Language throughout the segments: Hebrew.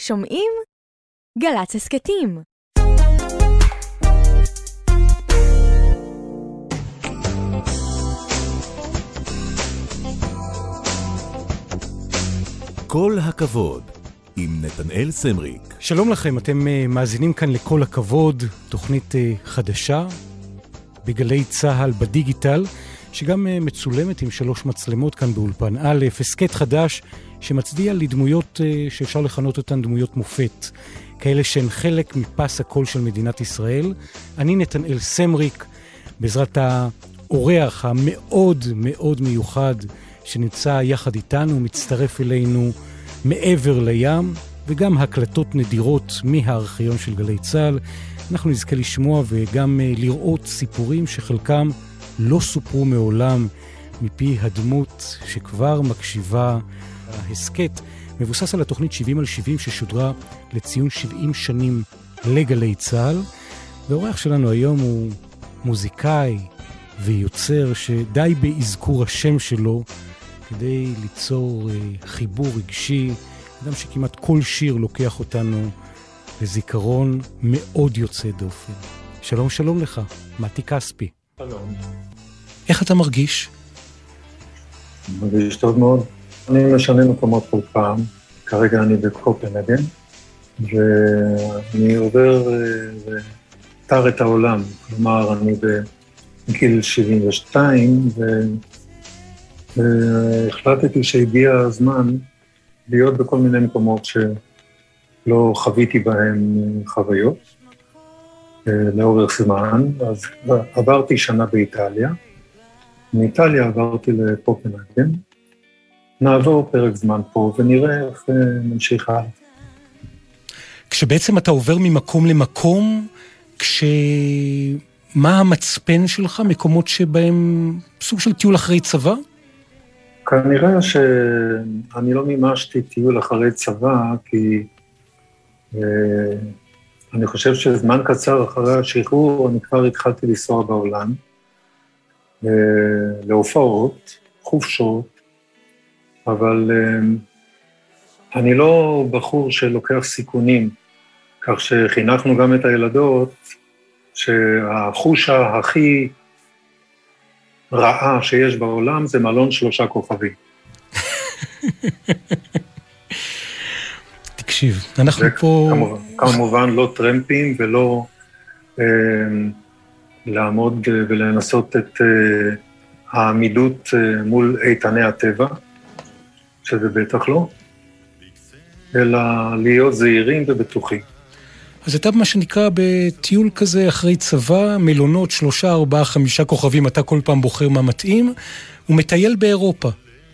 שומעים? גל"צ הסכתים. כל הכבוד עם נתנאל סמריק. שלום לכם, אתם מאזינים כאן לכל הכבוד, תוכנית חדשה בגלי צהל בדיגיטל, שגם מצולמת עם 3 מצלמות כאן באולפן א', הסכת חדש שמצדיע לדמויות שאפשר לכנות אותן דמויות מופת, כאלה שהן חלק מפס הקול של מדינת ישראל. אני נתנאל סמריק, בעזרת האורח המאוד מאוד מיוחד שנמצא יחד איתנו, מצטרף אלינו מעבר לים, וגם הקלטות נדירות מהארכיון של גלי צהל. אנחנו נזכה לשמוע וגם לראות סיפורים שחלקם לא סופרו מעולם מפי הדמות שכבר מקשיבה. ההסכת מבוסס על התוכנית 70 על 70 ששודרה לציון 70 שנים לגלי צהל, והאורח שלנו היום הוא מוזיקאי ויוצר שדי באזכור השם שלו כדי ליצור חיבור רגשי, אדם שכמעט כל שיר לוקח אותנו לזיכרון מאוד יוצא דופן. שלום שלום לך, מתי כספי. שלום. איך אתה מרגיש? מרגיש טוב מאוד. אני משנה מקומות כל פעם, כרגע אני בקופנהגן, ואני עובר ותר את העולם, כלומר אני בגיל 72, והחלטתי שהגיע הזמן להיות בכל מיני מקומות שלא חוויתי בהם חוויות, לאורך זמן. אז עברתי שנה באיטליה, מאיטליה עברתי לקופנהגן, נעבור פרק זמן פה ונראה איך נמשיך הלאה. כשבעצם אתה עובר ממקום למקום, מה המצפן שלך? מקומות שבהם סוג של טיול אחרי צבא? כנראה שאני לא מימשתי טיול אחרי צבא, כי אני חושב שזמן קצר אחרי השחרור אני כבר התחלתי לנסוע בעולם, להופעות, חופשות, אבל אני לא בחור שלוקח סיכונים, כך שחינכנו גם את הילדות שהחושה הכי רעה שיש בעולם זה מלון 3 כוכבים. תקשיב, אנחנו פה... כמובן לא טרמפים ולא לעמוד ולנסות את העמידות מול איתני הטבע, שזה בטח לא, אלא להיות זהירים ובטוחים. אז אתה מה שנקרא בטיול כזה אחרי צבא, מלונות 3, 4, 5 כוכבים, אתה כל פעם בוחר מה מתאים, ומטייל באירופה.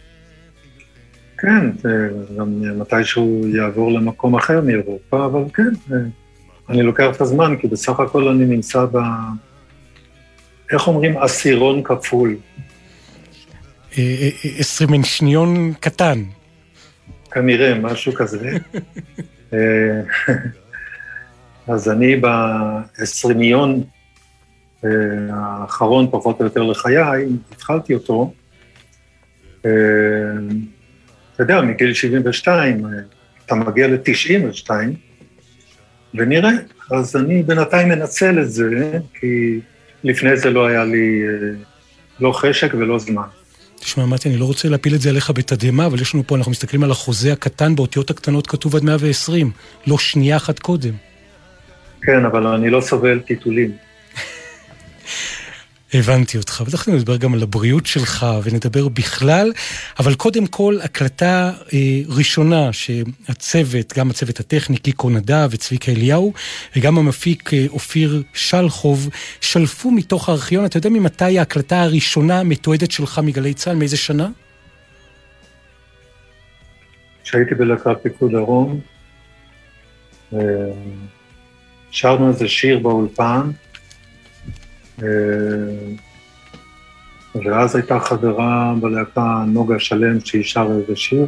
כן, גם מתישהו יעבור למקום אחר מאירופה, אבל כן, אני לוקח את הזמן, כי בסך הכל אני נמצא איך אומרים? עשירון כפול. 20 שניון קטן. כנראה, משהו כזה. אז אני ב-20 האחרון, פחות או יותר לחיי, התחלתי אותו. אתה יודע, מגיל 72, אתה מגיע ל-92, ונראה. אז אני בינתיים מנצל את זה, כי לפני זה לא היה לי לא חשק ולא זמן. תשמע, מתי, אני לא רוצה להפיל את זה עליך בתדהמה, אבל יש לנו פה, אנחנו מסתכלים על החוזה הקטן, באותיות הקטנות כתוב עד 120, לא שנייה אחת קודם. כן, אבל אני לא סובל טיטולים. הבנתי אותך, ודאי נדבר גם על הבריאות שלך, ונדבר בכלל, אבל קודם כל, הקלטה ראשונה שהצוות, גם הצוות הטכני, קיקו נדב וצביקה אליהו, וגם המפיק אופיר שלחוב, שלפו מתוך הארכיון. אתה יודע ממתי ההקלטה הראשונה המתועדת שלך מגלי צהל, מאיזה שנה? כשהייתי בלהקת פיקוד דרום, שרנו איזה שיר באולפן, ואז הייתה חברה בלהקה נוגה שלם שהיא שרה איזה שיר.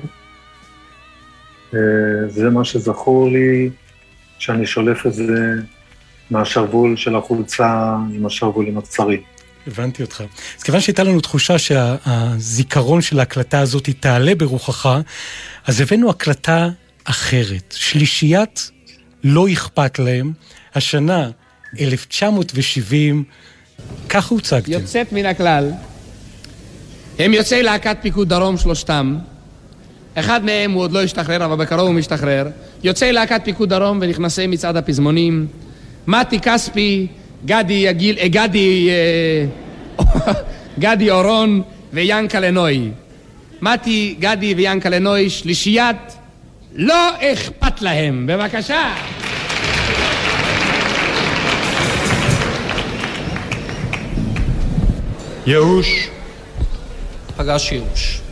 זה מה שזכור לי, שאני שולף את זה מהשרוול של החולצה עם השרוולים הקצרים. הבנתי אותך. אז כיוון שהייתה לנו תחושה שהזיכרון של ההקלטה הזאת תעלה ברוחך, אז הבאנו הקלטה אחרת. שלישיית לא אכפת להם, השנה 1970, כך הוצגתם. יוצאת מן הכלל. הם יוצאי להקת פיקוד דרום שלושתם. אחד מהם הוא עוד לא השתחרר, אבל בקרוב הוא משתחרר. יוצאי להקת פיקוד דרום ונכנסי מצעד הפזמונים. מתי כספי, גדי אורון ויאנקה לנוי. מתי, גדי ויאנקה לנוי, שלישיית לא אכפת להם. בבקשה. ייאוש פגש ייאוש.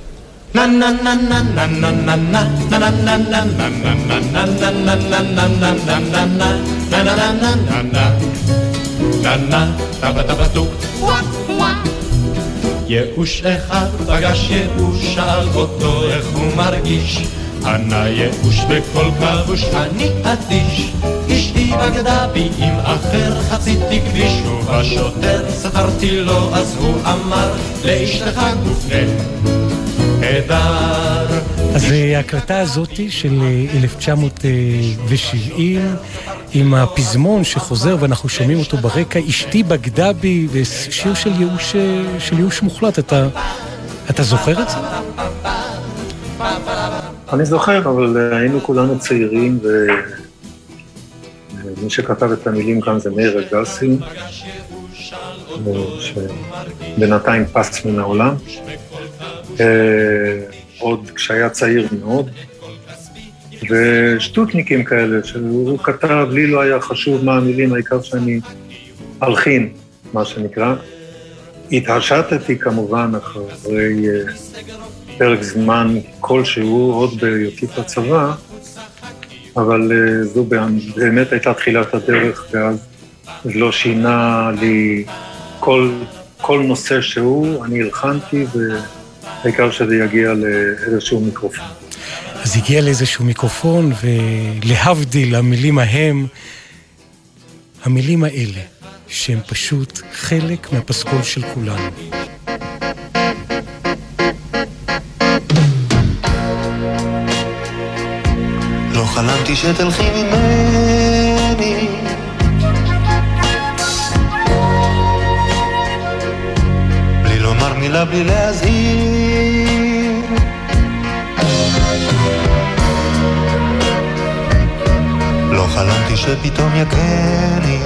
ייאוש אחד פגש ייאוש, שאל אותו איך הוא מרגיש. ענה ייאוש בכל כבוש, אני אדיש. אשתי בגדה בי עם אחר, חציתי כביש ובשוטר ספרתי לו, אז הוא אמר לאשתך גופנה הדר. אז ההקלטה הזאת של 1970 עם הפזמון שחוזר ואנחנו שומעים אותו ברקע, אשתי בגדה בי, ושיר של ייאוש מוחלט. אתה זוכר את זה? אני זוכר, אבל היינו כולנו צעירים, ומי שכתב את המילים כאן זה מאיר אגסי, שבינתיים פס מן העולם, עוד כשהיה צעיר מאוד, ושטוטניקים כאלה, שהוא כתב, לי לא היה חשוב מה המילים, העיקר שאני הלחין, מה שנקרא. התעשתתי כמובן אחרי פרק זמן כלשהו, עוד בהיותי בצבא, אבל זו באמת הייתה תחילת הדרך, ואז לא שינה לי כל נושא שהוא, אני הלחנתי, והעיקר שזה יגיע לאיזשהו מיקרופון. אז הגיע לאיזשהו מיקרופון, ולהבדיל המילים האלה, שהם פשוט חלק מהפסקול של כולנו. לא חלמתי שתלכי ממני, בלי לומר מילה, בלי להזהיר. לא חלמתי שפתאום יקני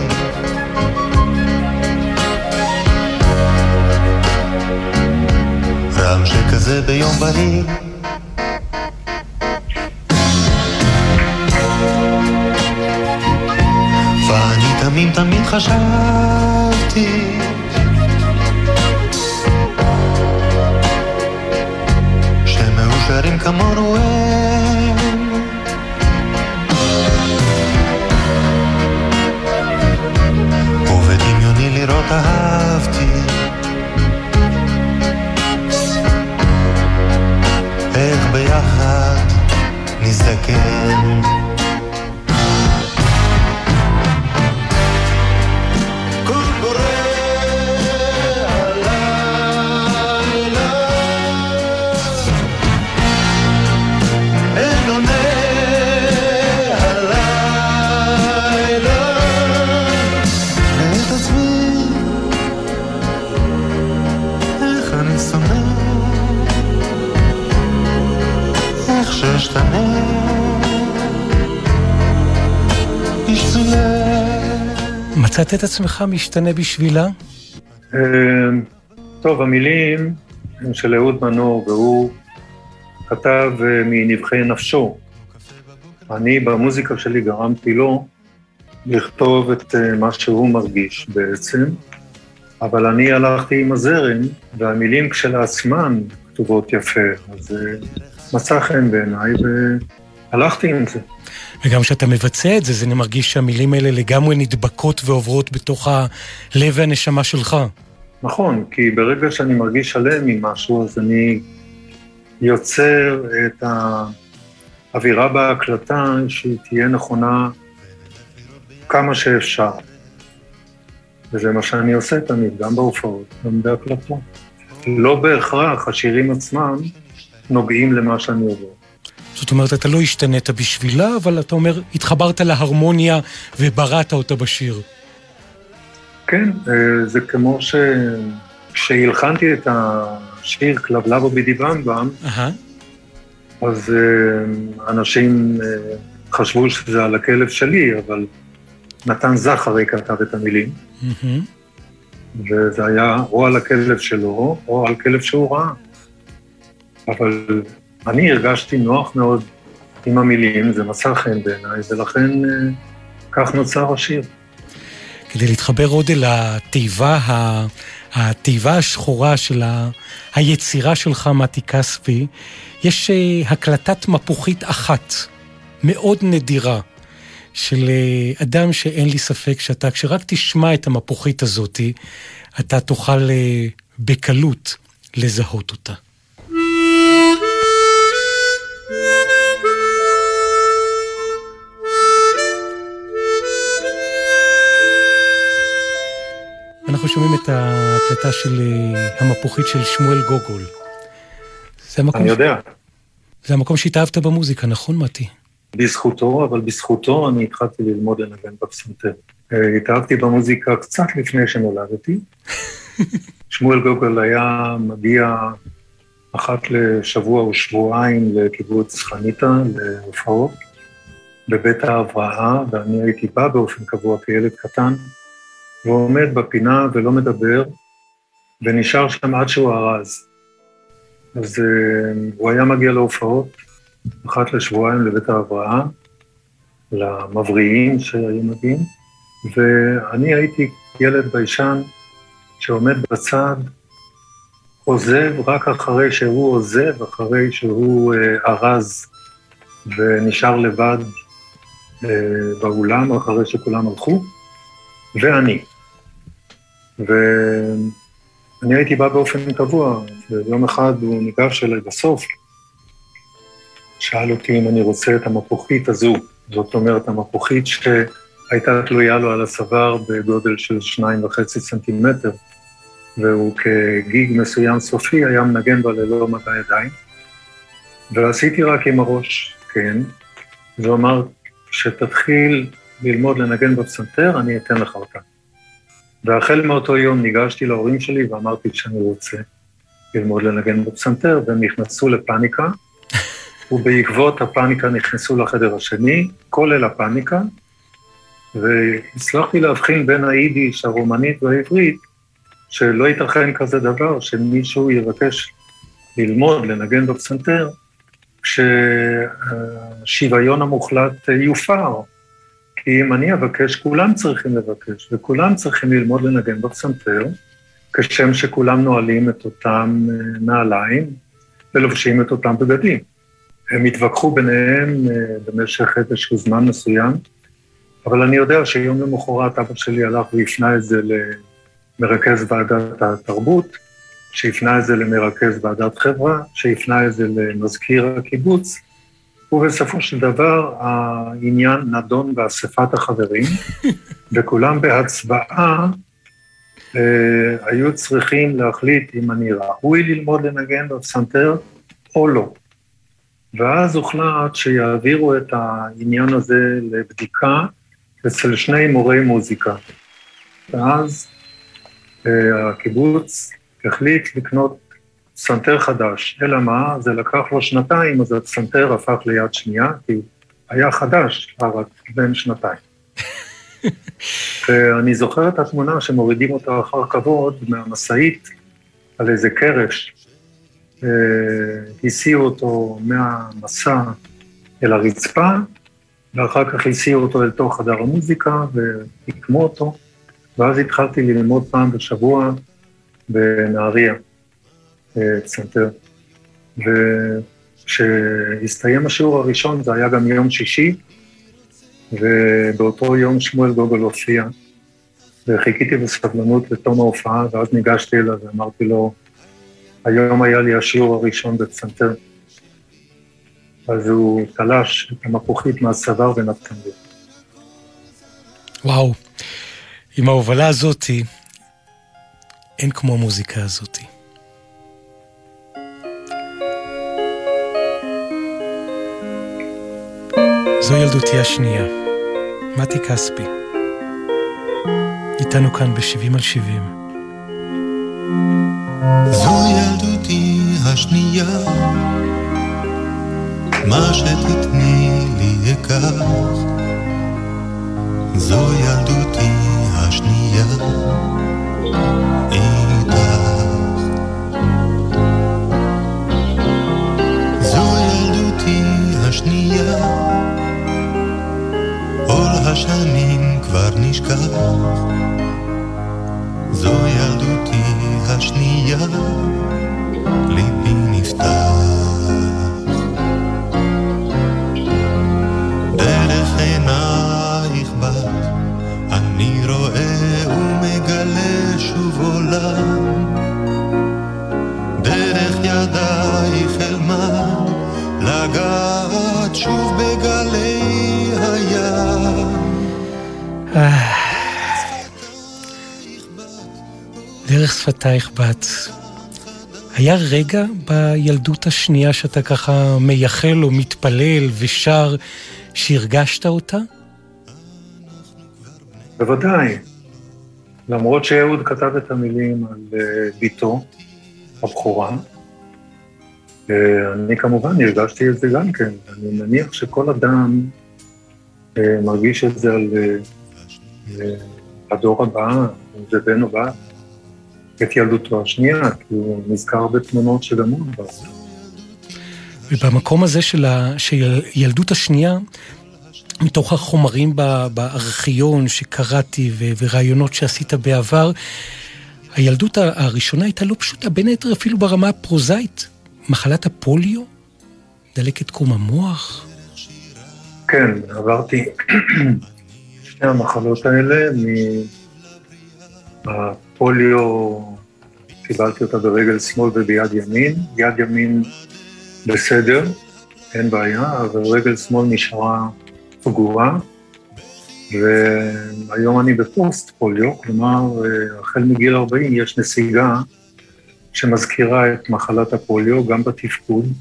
רעם שכזה ביום בהיר. ואני תמיד חשבתי שמאושרים כמונו הם, ובדמיוני לראות אהבתי איך ביחד נזדקן. מצאת את עצמך משתנה בשבילה? טוב, המילים הם של אהוד מנור, והוא כתב מנבחי נפשו. אני במוזיקה שלי גרמתי לו לכתוב את מה שהוא מרגיש בעצם, אבל אני הלכתי עם הזרם, והמילים כשלעצמן כתובות יפה, אז מצא חן בעיניי והלכתי עם זה. וגם כשאתה מבצע את זה, זה מרגיש שהמילים האלה לגמרי נדבקות ועוברות בתוך הלב והנשמה שלך. נכון, כי ברגע שאני מרגיש שלם עם משהו, אז אני יוצר את האווירה בהקלטה שהיא תהיה נכונה כמה שאפשר. וזה מה שאני עושה תמיד, גם בהופעות, גם בהקלטה. לא בהכרח השירים עצמם נוגעים למה שאני עובר. זאת אומרת, אתה לא השתנית בשבילה, אבל אתה אומר, התחברת להרמוניה ובראת אותה בשיר. כן, זה כמו כשהלחנתי את השיר כלבלבו בדיבמבם, אז אנשים חשבו שזה על הכלב שלי, אבל נתן זכרי כתב את המילים, וזה היה או על הכלב שלו, או על כלב שהוא ראה. אבל אני הרגשתי נוח מאוד עם המילים, זה מצא חן בעיניי, ולכן כך נוצר השיר. כדי להתחבר עוד אל התיבה השחורה של היצירה שלך, מתי כספי, יש הקלטת מפוחית אחת, מאוד נדירה, של אדם שאין לי ספק שאתה, כשרק תשמע את המפוחית הזאת, אתה תוכל בקלות לזהות אותה. אנחנו שומעים את ההקלטה של המפוחית של שמואל גוגול. אני יודע. זה המקום שהתאהבת במוזיקה, נכון, מתי? בזכותו, אבל בזכותו אני התחלתי ללמוד לנגן בפסנתר. התאהבתי במוזיקה קצת לפני שנולדתי. שמואל גוגול היה מגיע אחת לשבוע או שבועיים לקיבוץ חניתה, להופעות, בבית ההבראה, ואני הייתי בא באופן קבוע כילד קטן, והוא עומד בפינה ולא מדבר, ונשאר שם עד שהוא הרז. אז הוא היה מגיע להופעות, אחת לשבועיים לבית ההבראה, למבריאים שהיו מגיעים, ואני הייתי ילד ביישן שעומד בצד, עוזב רק אחרי שהוא עוזב, אחרי שהוא הרז, ונשאר לבד באולם, אחרי שכולם הלכו, ואני הייתי בא באופן קבוע, ויום אחד הוא ניגש אליי בסוף, שאל אותי אם אני רוצה את המפוחית הזו, זאת אומרת המפוחית שהייתה תלויה לו על הסבר בגודל של 2.5 סנטימטר, והוא כגיג מסוים סופי היה מנגן בה ללא מגע ידיים, ועשיתי רק עם הראש, כן, והוא אמר שתתחיל ללמוד לנגן בפסנתר, אני אתן לך אותה. והחל מאותו יום ניגשתי להורים שלי ואמרתי שאני רוצה ללמוד לנגן בפסנתר, והם נכנסו לפאניקה, ובעקבות הפאניקה נכנסו לחדר השני, כולל הפאניקה, והצלחתי להבחין בין היידיש, הרומנית והעברית, שלא ייתכן כזה דבר, שמישהו יבקש ללמוד לנגן בפסנתר, כשהשוויון המוחלט יופר. כי אם אני אבקש, כולם צריכים לבקש, וכולם צריכים ללמוד לנגן בפסנתר, כשם שכולם נועלים את אותם נעליים, ולובשים את אותם בגדים. הם התווכחו ביניהם במשך איזשהו זמן מסוים, אבל אני יודע שיום למחרת אבא שלי הלך והפנה את זה למרכז ועדת התרבות, שהפנה את זה למרכז ועדת חברה, שהפנה את זה למזכיר הקיבוץ, ובסופו של דבר העניין נדון באספת החברים, וכולם בהצבעה היו צריכים להחליט אם אני ראוי ללמוד לנגן בפסנתר או לא. ואז הוחלט שיעבירו את העניין הזה לבדיקה אצל שני מורי מוזיקה. ואז הקיבוץ החליט לקנות פסנתר חדש, אלא מה? זה לקח לו שנתיים, אז הפסנתר הפך ליד שנייה, כי היה חדש, רק בין שנתיים. ואני זוכר את התמונה שמורידים אותה אחר כבוד מהמסעית על איזה קרש, הסיעו אותו מהמסע אל הרצפה, ואחר כך הסיעו אותו אל תוך חדר המוזיקה, והקמו אותו, ואז התחלתי ללמוד פעם בשבוע בנהריה, פסנתר. וכשהסתיים השיעור הראשון, זה היה גם יום שישי, ובאותו יום שמואל גוגול הופיע, וחיכיתי בסבלנות לתום ההופעה, ואז ניגשתי אליו ואמרתי לו, היום היה לי השיעור הראשון בפסנתר, אז הוא תלש את המפוחית מהסבר ונתן לי. וואו, עם ההובלה הזאת, אין כמו המוזיקה הזאת. זו ילדותי השנייה, מתי כספי. איתנו כאן ב-70 על 70. זו ילדותי השנייה, מה שתתני לי אקח. זו ילדותי השנייה, איתך. זו ילדותי השנייה, כל השנים כבר נשכח. זו ילדותי השנייה, ליבי נפתח. דרך עינייך בת, אני רואה ומגלה שוב עולם. דרך ידייך אלמד, לגעת שוב בגלי הים. דרך שפתייך בת. היה רגע בילדות השנייה שאתה ככה מייחל או מתפלל ושר שהרגשת אותה? בוודאי. למרות שאהוד כתב את המילים על ביתו, הבכורה, אני כמובן הרגשתי את זה גם כן. אני מניח שכל אדם מרגיש את זה על הדור הבא, זה בן או בת, את ילדותו השנייה, כי הוא נזכר בתמונות שגם הוא עבר. ובמקום הזה של ילדות השנייה, מתוך החומרים בארכיון שקראתי ורעיונות שעשית בעבר, הילדות הראשונה הייתה לא פשוטה, בין היתר אפילו ברמה הפרוזאית, מחלת הפוליו, דלקת קרום המוח. כן, עברתי שני המחלות האלה, מהפוליו קיבלתי אותה ברגל שמאל וביד ימין, יד ימין בסדר, אין בעיה, אבל רגל שמאל נשארה פגועה, והיום אני בפוסט פוליו, כלומר, החל מגיל 40 יש נסיגה שמזכירה את מחלת הפוליו, גם בתפקוד,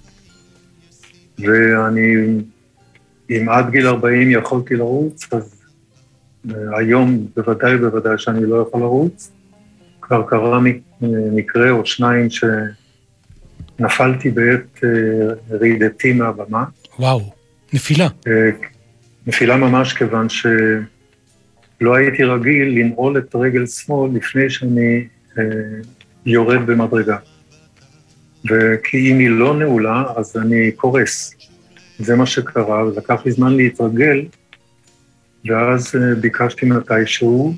ואני, אם עד גיל 40 יכולתי לרוץ, אז היום בוודאי שאני לא יכול לרוץ, כבר קרה מקרה או שניים שנפלתי בעת רעידתי מהבמה. וואו, נפילה. נפילה ממש, כיוון שלא הייתי רגיל לנעול את רגל שמאל לפני שאני יורד במדרגה. וכי אם היא לא נעולה, אז אני קורס. זה מה שקרה, ולקח לי זמן להתרגל, ואז ביקשתי מתישהו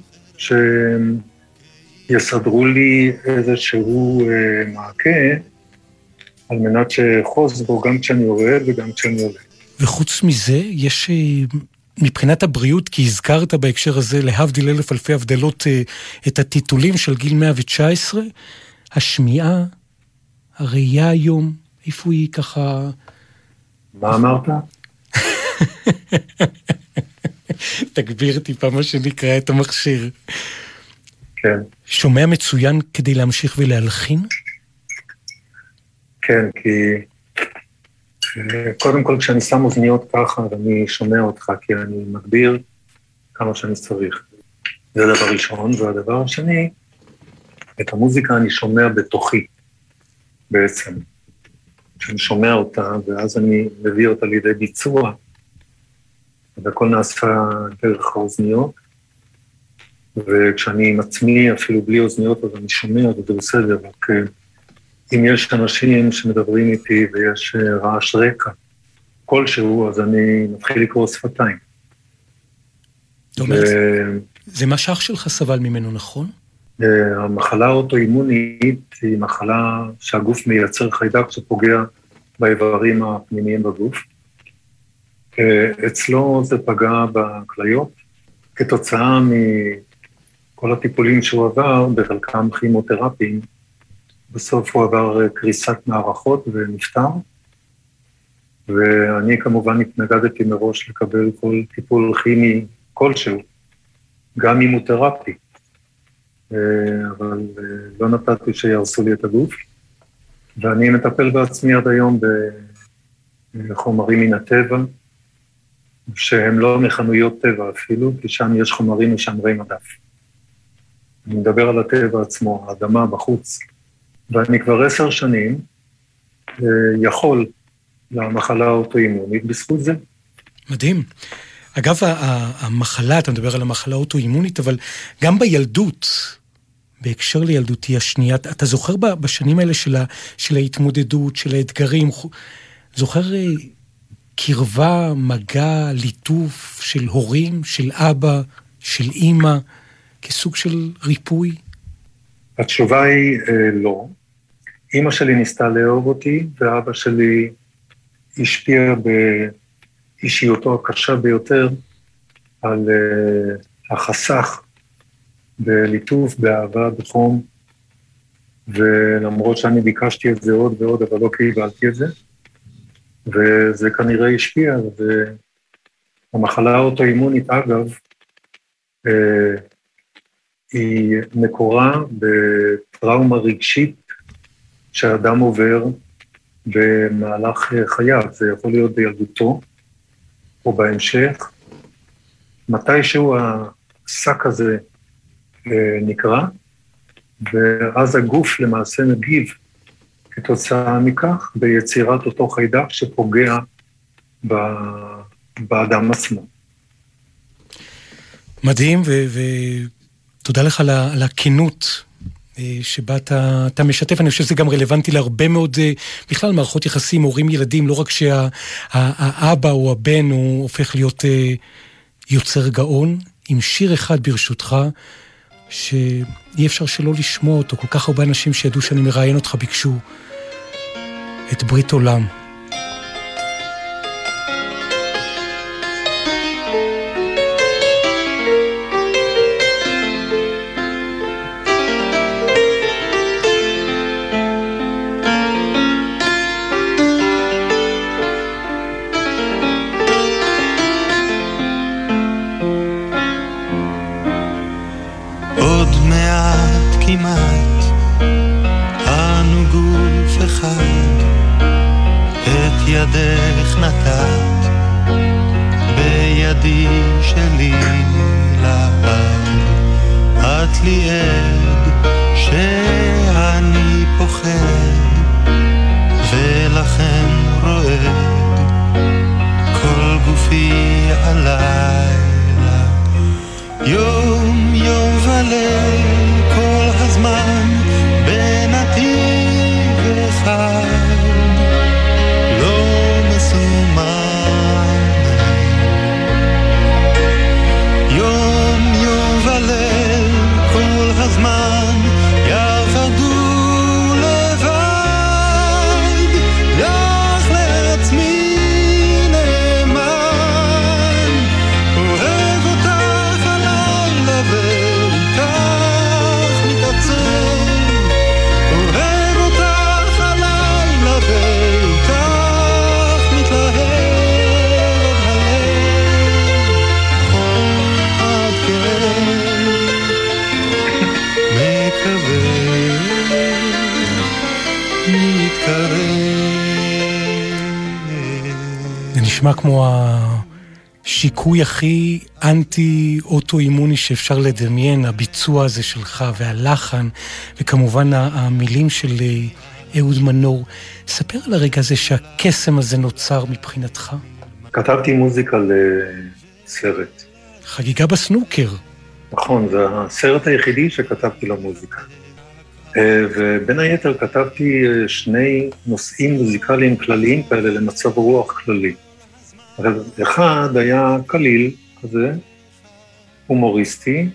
שיסדרו לי איזשהו מעקה, על מנת שחוז בו גם כשאני יורד וגם כשאני עולה. וחוץ מזה, יש מבחינת הבריאות, כי הזכרת בהקשר הזה, להבדיל אלף אלפי הבדלות, את הטיטולים של גיל 119, השמיעה, הראייה היום, איפה היא ככה... מה אמרת? תגביר טיפה מה שנקרא את המכשיר. כן. שומע מצוין כדי להמשיך ולהלחין? כן, כי קודם כל כשאני שם אוזניות ככה, ואני שומע אותך, כי אני מגביר כמה שאני צריך. זה הדבר ראשון, והדבר השני, את המוזיקה אני שומע בתוכי, בעצם. שאני שומע אותה, ואז אני מביא אותה לידי ביצוע, והכל נעשה דרך האוזניות, וכשאני עם עצמי, אפילו בלי אוזניות, אז אני שומע, וזה בסדר, רק אם יש אנשים שמדברים איתי, ויש רעש רקע, כלשהו, אז אני מתחיל לקרוא שפתיים. זאת אומרת, זה מה שאח שלך סבל ממנו, נכון? המחלה האוטואימונית היא מחלה שהגוף מייצר חיידק שפוגע באיברים הפנימיים בגוף. אצלו זה פגע בכליות, כתוצאה מכל הטיפולים שהוא עבר, בחלקם כימותרפיים, בסוף הוא עבר קריסת מערכות ונפטר, ואני כמובן התנגדתי מראש לקבל כל טיפול כימי כלשהו, גם כימותרפי, אבל לא נתתי שירסו לי את הגוף, ואני מטפל בעצמי עד היום בחומרים מן הטבע, שהם לא מחנויות טבע אפילו, כי שם יש חומרים משמרי מדף. אני מדבר על הטבע עצמו, האדמה בחוץ, ואני כבר 10 שנים יכול למחלה האוטואימונית בזכות זה. מדהים. אגב, המחלה, אתה מדבר על המחלה האוטואימונית, אבל גם בילדות, בהקשר לילדותי השנייה, אתה זוכר בשנים האלה של ההתמודדות, של האתגרים, זוכר קרבה, מגע, ליטוף של הורים, של אבא, של אמא, כסוג של ריפוי? התשובה היא לא. אמא שלי ניסתה לאהוב אותי, ואבא שלי השפיע באישיותו הקשה ביותר על החסך בליטוף, באהבה, בחום, ולמרות שאני ביקשתי את זה עוד ועוד, אבל לא קיבלתי את זה, וזה כנראה השפיע, והמחלה האוטואימונית, אגב, היא מקורה בטראומה רגשית שהאדם עובר במהלך חייו. זה יכול להיות בילדותו או בהמשך. מתישהו השק הזה נקרא, ואז הגוף למעשה מגיב כתוצאה מכך ביצירת אותו חיידק שפוגע באדם עצמו. מדהים, ותודה לך על הכנות שבה אתה משתף. אני חושב שזה גם רלוונטי להרבה מאוד, בכלל מערכות יחסים, הורים ילדים, לא רק שהאבא או הבן הוא הופך להיות יוצר גאון, עם שיר אחד ברשותך, שאי אפשר שלא לשמוע אותו. כל כך הרבה אנשים שידעו שאני מראיין אותך ביקשו את ברית עולם. ידך נתת בידי שלי לעד, את לי עד שאני פוחד ולכן רועד כל גופי הלילה, יום יום וליל כל הזמן בנתיב אחד נשמע כמו השיקוי הכי אנטי-אוטואימוני שאפשר לדמיין, הביצוע הזה שלך והלחן, וכמובן המילים של אהוד מנור. ספר על הרגע הזה שהקסם הזה נוצר מבחינתך. כתבתי מוזיקה לסרט. חגיגה בסנוקר. נכון, זה הסרט היחידי שכתבתי למוזיקה. ובין היתר כתבתי 2 נושאים מוזיקליים כלליים כאלה למצב רוח כללי. אחד היה קליל כזה, הומוריסטי,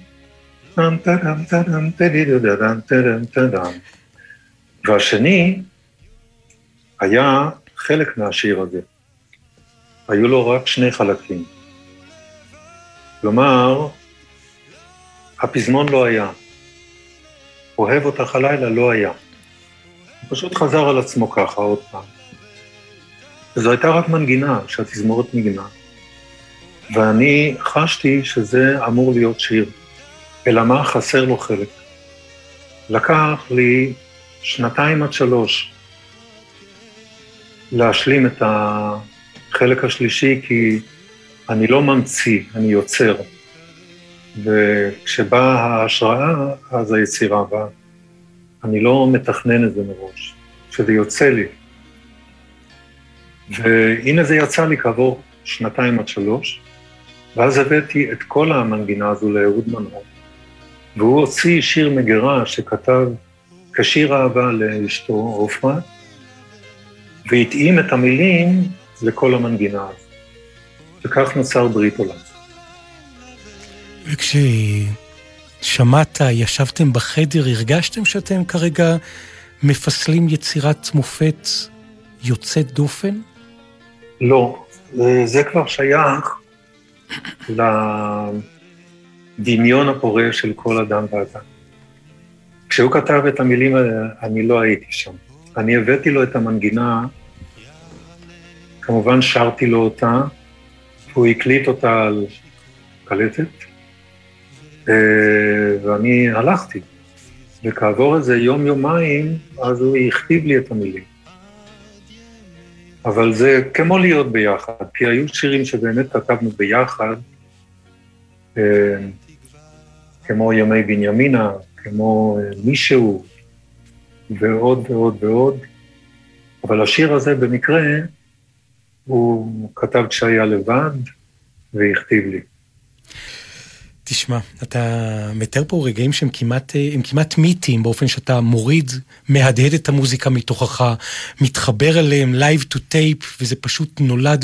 והשני היה חלק מהשיר הזה. היו לו רק 2 חלקים. כלומר, הפזמון לא היה. אוהב אותך הלילה לא היה. הוא פשוט חזר על עצמו ככה עוד פעם. וזו הייתה רק מנגינה, שהתזמורת נגנה. ואני חשתי שזה אמור להיות שיר. אלא מה? חסר לו חלק. לקח לי 2 עד 3 להשלים את החלק השלישי, כי אני לא ממציא, אני יוצר. וכשבאה ההשראה, אז היצירה באה. אני לא מתכנן את זה מראש, שזה יוצא לי. והנה זה יצא לי כעבור 2 עד 3, ואז הבאתי את כל המנגינה הזו לאהוד מנור, והוא הוציא שיר מגירה שכתב כשיר אהבה לאשתו עופרה, והתאים את המילים לכל המנגינה הזו. וכך נוצר ברית עולם. וכששמעת, ישבתם בחדר, הרגשתם שאתם כרגע מפסלים יצירת מופת יוצאת דופן? לא, זה כבר שייך לדמיון הפורה של כל אדם ואדם. כשהוא כתב את המילים, אני לא הייתי שם. אני הבאתי לו את המנגינה, כמובן שרתי לו אותה, הוא הקליט אותה על קלטת, ואני הלכתי. וכעבור איזה יום-יומיים, אז הוא הכתיב לי את המילים. אבל זה כמו להיות ביחד, כי היו שירים שבאמת כתבנו ביחד, כמו ימי בנימינה, כמו מישהו, ועוד ועוד ועוד. אבל השיר הזה במקרה, הוא כתב כשהיה לבד, והכתיב לי. תשמע, אתה מתאר פה רגעים שהם כמעט מיתיים, באופן שאתה מוריד, מהדהד את המוזיקה מתוכך, מתחבר אליהם, live to tape, וזה פשוט נולד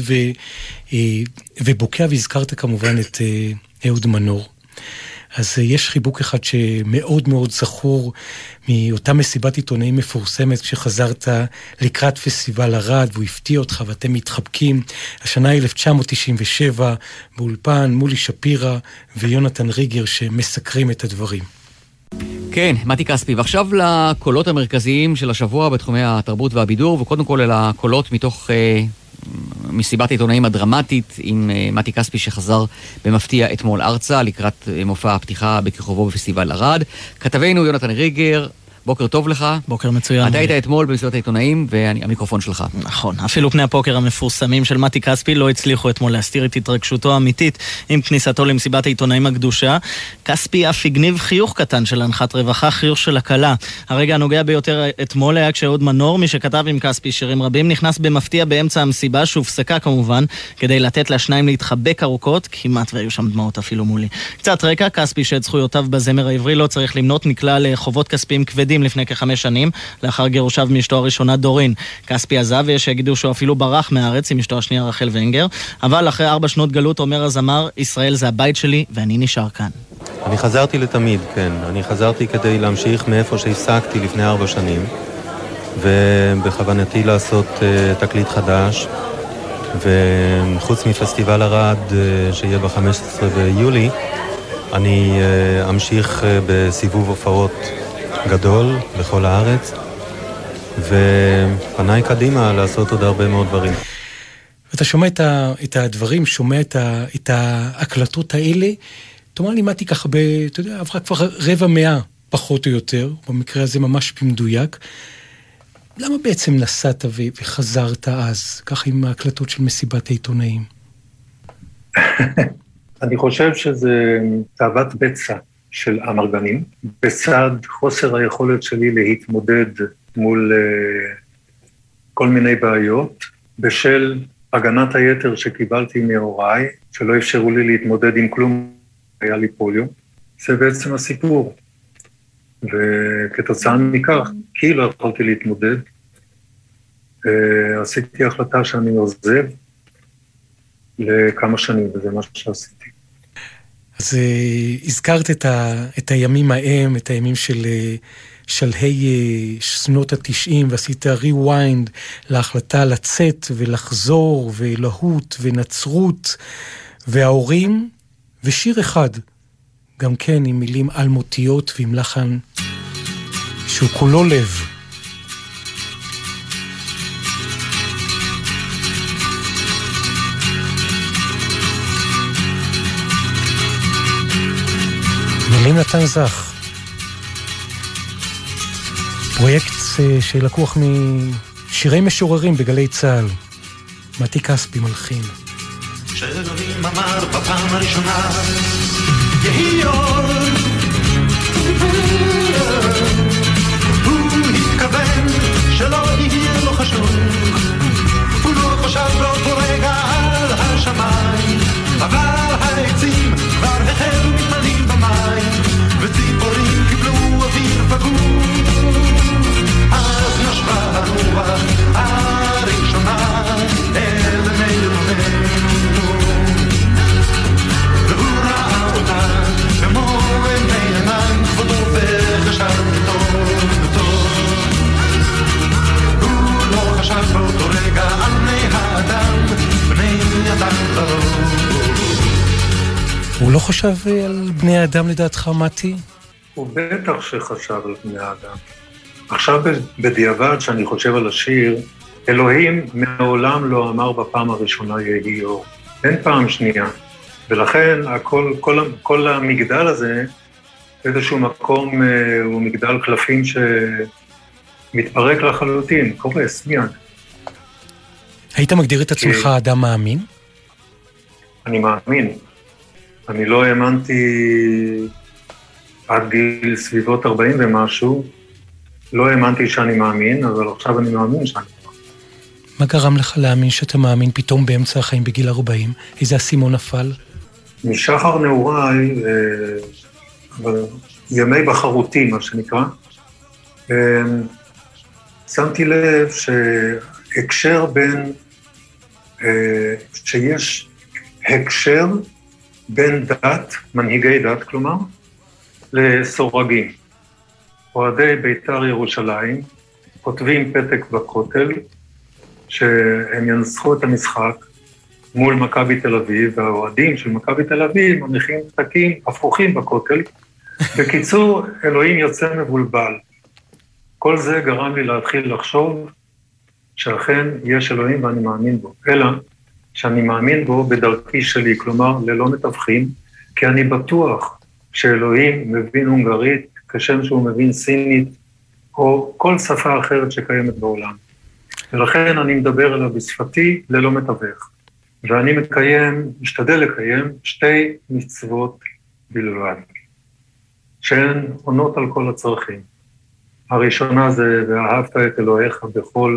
ובוקע, והזכרת כמובן את אהוד מנור. אז יש חיבוק אחד שמאוד מאוד זכור מאותה מסיבת עיתונאים מפורסמת כשחזרת לקראת פסטיבל ערד והוא הפתיע אותך ואתם מתחבקים. השנה היא 1997 באולפן מולי שפירא ויונתן ריגר שמסקרים את הדברים. כן, מתי כספי, ועכשיו לקולות המרכזיים של השבוע בתחומי התרבות והבידור, וקודם כל אל הקולות מתוך מסיבת העיתונאים הדרמטית עם מתי כספי שחזר במפתיע אתמול ארצה לקראת מופע הפתיחה בכיכובו בפסטיבל ערד. כתבנו יונתן ריגר, בוקר טוב לך. בוקר מצוין. אתה היית אתמול במסיבת העיתונאים והמיקרופון שלך. נכון, אפילו פני הפוקר המפורסמים של מתי כספי לא הצליחו אתמול להסתיר את התרגשותו האמיתית עם כניסתו למסיבת העיתונאים הקדושה. כספי אף הגניב חיוך קטן של הנחת רווחה, חיוך של הקלה. הרגע הנוגע ביותר אתמול היה כשאהוד מנור, מי שכתב עם כספי שירים רבים, נכנס במפתיע באמצע המסיבה, שהופסקה כמובן, כדי לתת לשניים להתחבק ארוכות, כמעט והיו שם דמעות אפילו מולי. קצת רקע, כספי שאת זכויותיו בזמר העברי לא צריך למנות, נקלע לחובות כספיים כבדים לפני כ5 שנים, לאחר גירושיו מאשתו הראשונה דורין. כספי עזב, ויש שיגידו שהוא אפילו ברח מהארץ עם אשתו השנייה רחל ונגר, אבל אחרי 4 שנות גלות אומר הזמר, ישראל זה הבית שלי ואני נשאר כאן. אני חזרתי לתמיד, כן. אני חזרתי כדי להמשיך מאיפה שהפסקתי לפני 4 שנים, ובכוונתי לעשות תקליט חדש, וחוץ מפסטיבל ערד שיהיה ב-15 ביולי, אני אמשיך בסיבוב הופעות גדול בכל הארץ, ופניי קדימה לעשות עוד הרבה מאוד דברים. אתה שומע את הדברים, שומע את ההקלטות האלה, תאמר לי מתי ככה, אתה יודע, עברה כבר 100 פחות או יותר, במקרה הזה ממש במדויק, למה בעצם נסעת וחזרת אז, ככה עם ההקלטות של מסיבת העיתונאים? אני חושב שזה תאוות בצע של המרגנים, בצד חוסר היכולת שלי להתמודד מול כל מיני בעיות, בשל הגנת היתר שקיבלתי מהוריי, שלא אפשרו לי להתמודד עם כלום, היה לי פוליו. זה בעצם הסיפור. וכתוצאה מכך, כי לא יכולתי להתמודד, עשיתי החלטה שאני עוזב לכמה שנים, וזה מה שעשיתי. אז הזכרת את הימים ההם, את הימים של שלהי שנות ה-90, ועשית ריוויינד להחלטה לצאת ולחזור, ולהות ונצרות, וההורים, ושיר אחד, גם כן עם מילים אלמותיות ועם לחן שהוא כולו לב. מילים נתן זך. פרויקט שלקוח משירי משוררים בגלי צהל. מתי כספי מלחין. שאלוהים אמר בפעם הראשונה יהי אור. הוא התכוון שלא יהיה לו חשוב, הוא לא חשב באותו רגע על השמיים, אבל העצים כבר החלו מתמלאים במים, וציפורים קיבלו אוויר פגור. אז נשבה הרוח הראשונה אל מיומנו, והוא ראה אותה כמו עיני ענן כבודו וחשב טוב. הוא לא חשב באותו רגע על בני האדם, בני אדם לרוב. הוא לא חשב על בני האדם לדעתך, מתי? הוא בטח שחשב על בני האדם. עכשיו בדיעבד שאני חושב על השיר, אלוהים מעולם לא אמר בפעם הראשונה יהי אור. אין פעם שנייה. ולכן כל המגדל הזה, באיזשהו מקום הוא מגדל קלפים שמתפרק לחלוטין, קורס מיד. היית מגדיר את עצמך אדם מאמין? אני מאמין. אני לא האמנתי עד גיל סביבות 40 ומשהו, לא האמנתי שאני מאמין, אבל עכשיו אני מאמין שאני מאמין. מה גרם לך להאמין שאתה מאמין פתאום באמצע החיים בגיל 40? איזה אסימון נפל? משחר נעוריי, ימי בחרותי, מה שנקרא, שמתי לב שהקשר בין, שיש הקשר בין דת, מנהיגי דת, כלומר, לסורגים. אוהדי בית"ר ירושלים כותבים פתק בכותל שהם ינסחו את המשחק מול מכבי תל אביב, והאוהדים של מכבי תל אביב מניחים פתקים הפוכים בכותל. בקיצור, אלוהים יוצא מבולבל. כל זה גרם לי להתחיל לחשוב שאכן יש אלוהים ואני מאמין בו. אלא שאני מאמין בו בדרכי שלי, כלומר ללא מתווכים, כי אני בטוח שאלוהים מבין הונגרית כשם שהוא מבין סינית, או כל שפה אחרת שקיימת בעולם. ולכן אני מדבר אליו בשפתי ללא מתווך. ואני משתדל לקיים שתי מצוות בלבד, שהן עונות על כל הצרכים. הראשונה זה, ואהבת את אלוהיך בכל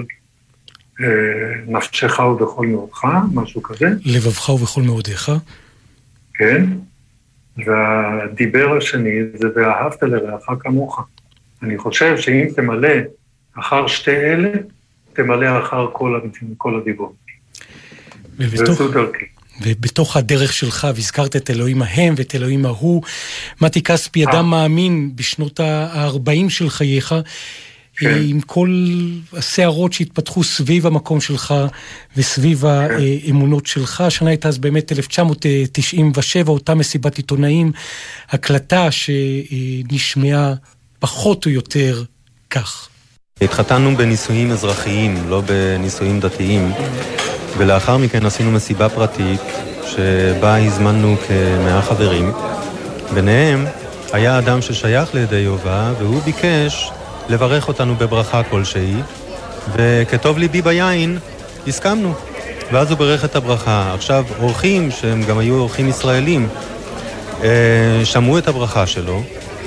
נפשך ובכל מאודך, משהו כזה. לבבך ובכל מאודיך. כן. והדיבר השני זה, ואהבת לרעך כמוך. אני חושב שאם תמלא אחר שתי אלה, תמלא אחר כל הדיבור. וזו דרכי. ובתוך הדרך שלך, והזכרת את אלוהים ההם ואת אלוהים ההוא, מתי כספי, אדם מאמין בשנות ה-40 של חייך, עם כל השערות שהתפתחו סביב המקום שלך וסביב האמונות שלך. השנה הייתה אז באמת 1997, אותה מסיבת עיתונאים, הקלטה שנשמעה פחות או יותר כך. התחתנו בנישואים אזרחיים, לא בנישואים דתיים, ולאחר מכן עשינו מסיבה פרטית שבה הזמנו כ100 חברים. ביניהם היה אדם ששייך לידי יהובה, והוא ביקש לברך אותנו בברכה כלשהי, וכטוב ליבי ביין הסכמנו, ואז הוא ברך את הברכה. עכשיו אורחים, שהם גם היו אורחים ישראלים, שמעו את הברכה שלו,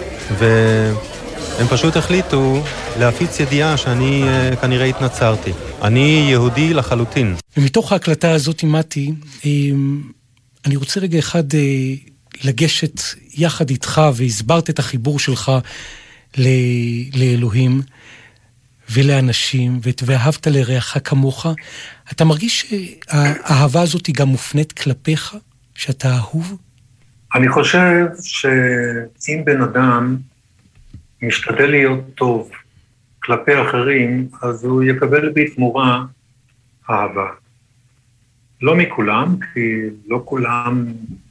והם פשוט החליטו להפיץ ידיעה שאני כנראה התנצרתי. אני יהודי לחלוטין. ומתוך ההקלטה הזאת, מתי, אני רוצה רגע אחד לגשת יחד איתך, והסברת את החיבור שלך לאלוהים ולאנשים, ואהבת לרעך כמוך. אתה מרגיש שהאהבה הזאת היא גם מופנית כלפיך, שאתה אהוב? אני חושב שאם בן אדם משתדל להיות טוב כלפי אחרים, אז הוא יקבל בתמורה אהבה. לא מכולם, כי לא כולם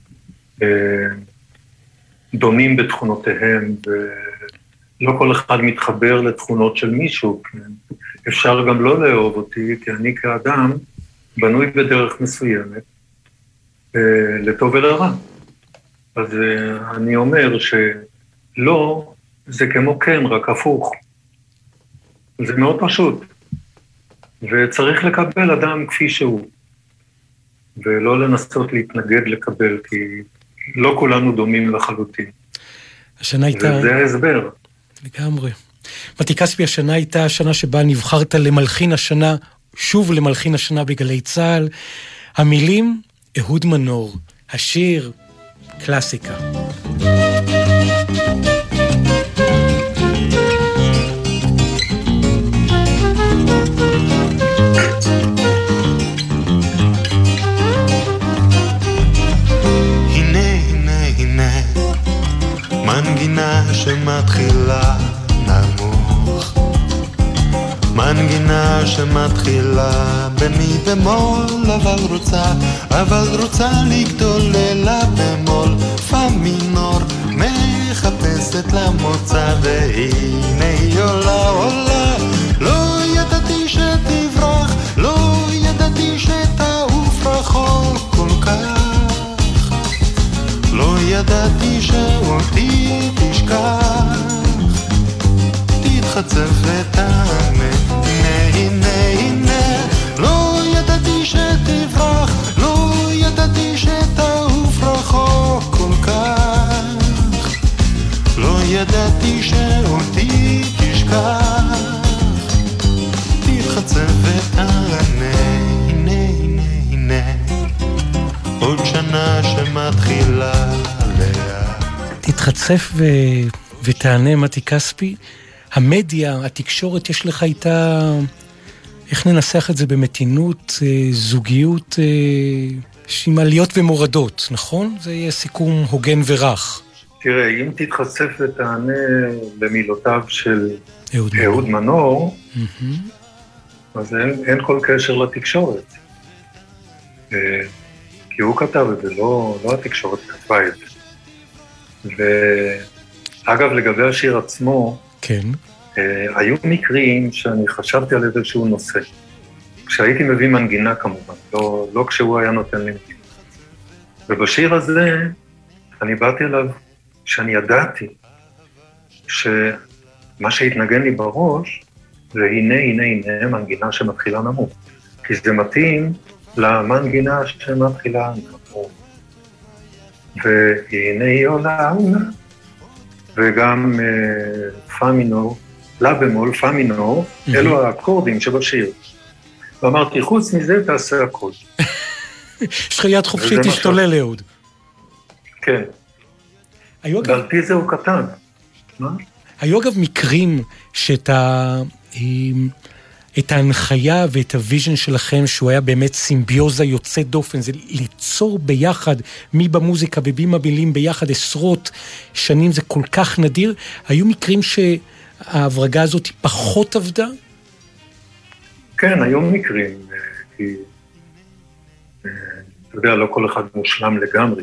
דומים בתכונותיהם, ולא כל אחד מתחבר לתכונות של מישהו. אפשר גם לא לאהוב אותי, כי אני כאדם בנוי בדרך מסוימת, לטוב ולרע. אז אני אומר שלא, זה כמו כן, רק הפוך. זה מאוד פשוט. וצריך לקבל אדם כפי שהוא. ולא לנסות להתנגד לקבל, כי לא כולנו דומים לחלוטין. השנה הייתה... וזה ההסבר. לגמרי. מתי כספי, השנה הייתה השנה שבה נבחרת למלחין השנה, שוב למלחין השנה בגלי צהל. המילים, אהוד מנור. השיר, קלאסיקה. מנגינה שמתחילה נמוך, מנגינה שמתחילה במי במול, אבל רוצה לגדול לה במול, פה מינור מחפשת למוצא, והנה היא עולה, לא ידעתי שתברח, לא ידעתי שתעוף רחוק כל כך, לא ידעתי שאותי תשכח, תתחצף ותענה, הנה, לא ידעתי שתברח, לא ידעתי שתעוף רחוק כל כך, לא ידעתי שאותי תשכח, תתחצף ותענה, הנה, עוד שנה שמתחילה לאט. תתחצף ותענה, מתי כספי. המדיה, התקשורת, יש לך איתה, איך ננסח את זה במתינות, זוגיות עם עליות ומורדות, נכון? זה יהיה סיכום הוגן ורח. תראה, אם תתחצף ותענה במילותיו של אהוד מנור, אז אין כל קשר לתקשורת. כי הוא כתב את זה, לא התקשורת כתבה את זה. ואגב, לגבי השיר עצמו, כן. היו מקרים שאני חשבתי על איזשהו נושא. כשהייתי מביא מנגינה כמובן, לא כשהוא היה נותן לי מנגינה. ובשיר הזה, אני באתי אליו שאני ידעתי שמה שהתנגן לי בראש, זה הנה, מנגינה שמתחילה נמוך. כי זה מתאים למנגינה שמתחילה נמוך. והנה היא עולה, וגם פאמינור, לה במול, פאמינור, אלו האקורדים שבשיר. ואמרתי, חוץ מזה תעשה הכל. יש לך יד חופשית תשתולל, אהוד. כן. ועל פי זה הוא כתב. מה? היו אגב מקרים את ההנחיה ואת הוויז'ן שלכם, שהוא היה באמת סימביוזה יוצא דופן, זה ליצור ביחד, מי במוזיקה ובי מבילים ביחד עשרות שנים, זה כל כך נדיר. היו מקרים שההברגה הזאת פחות עבדה? כן, היו מקרים, כי אתה יודע, לא כל אחד מושלם לגמרי.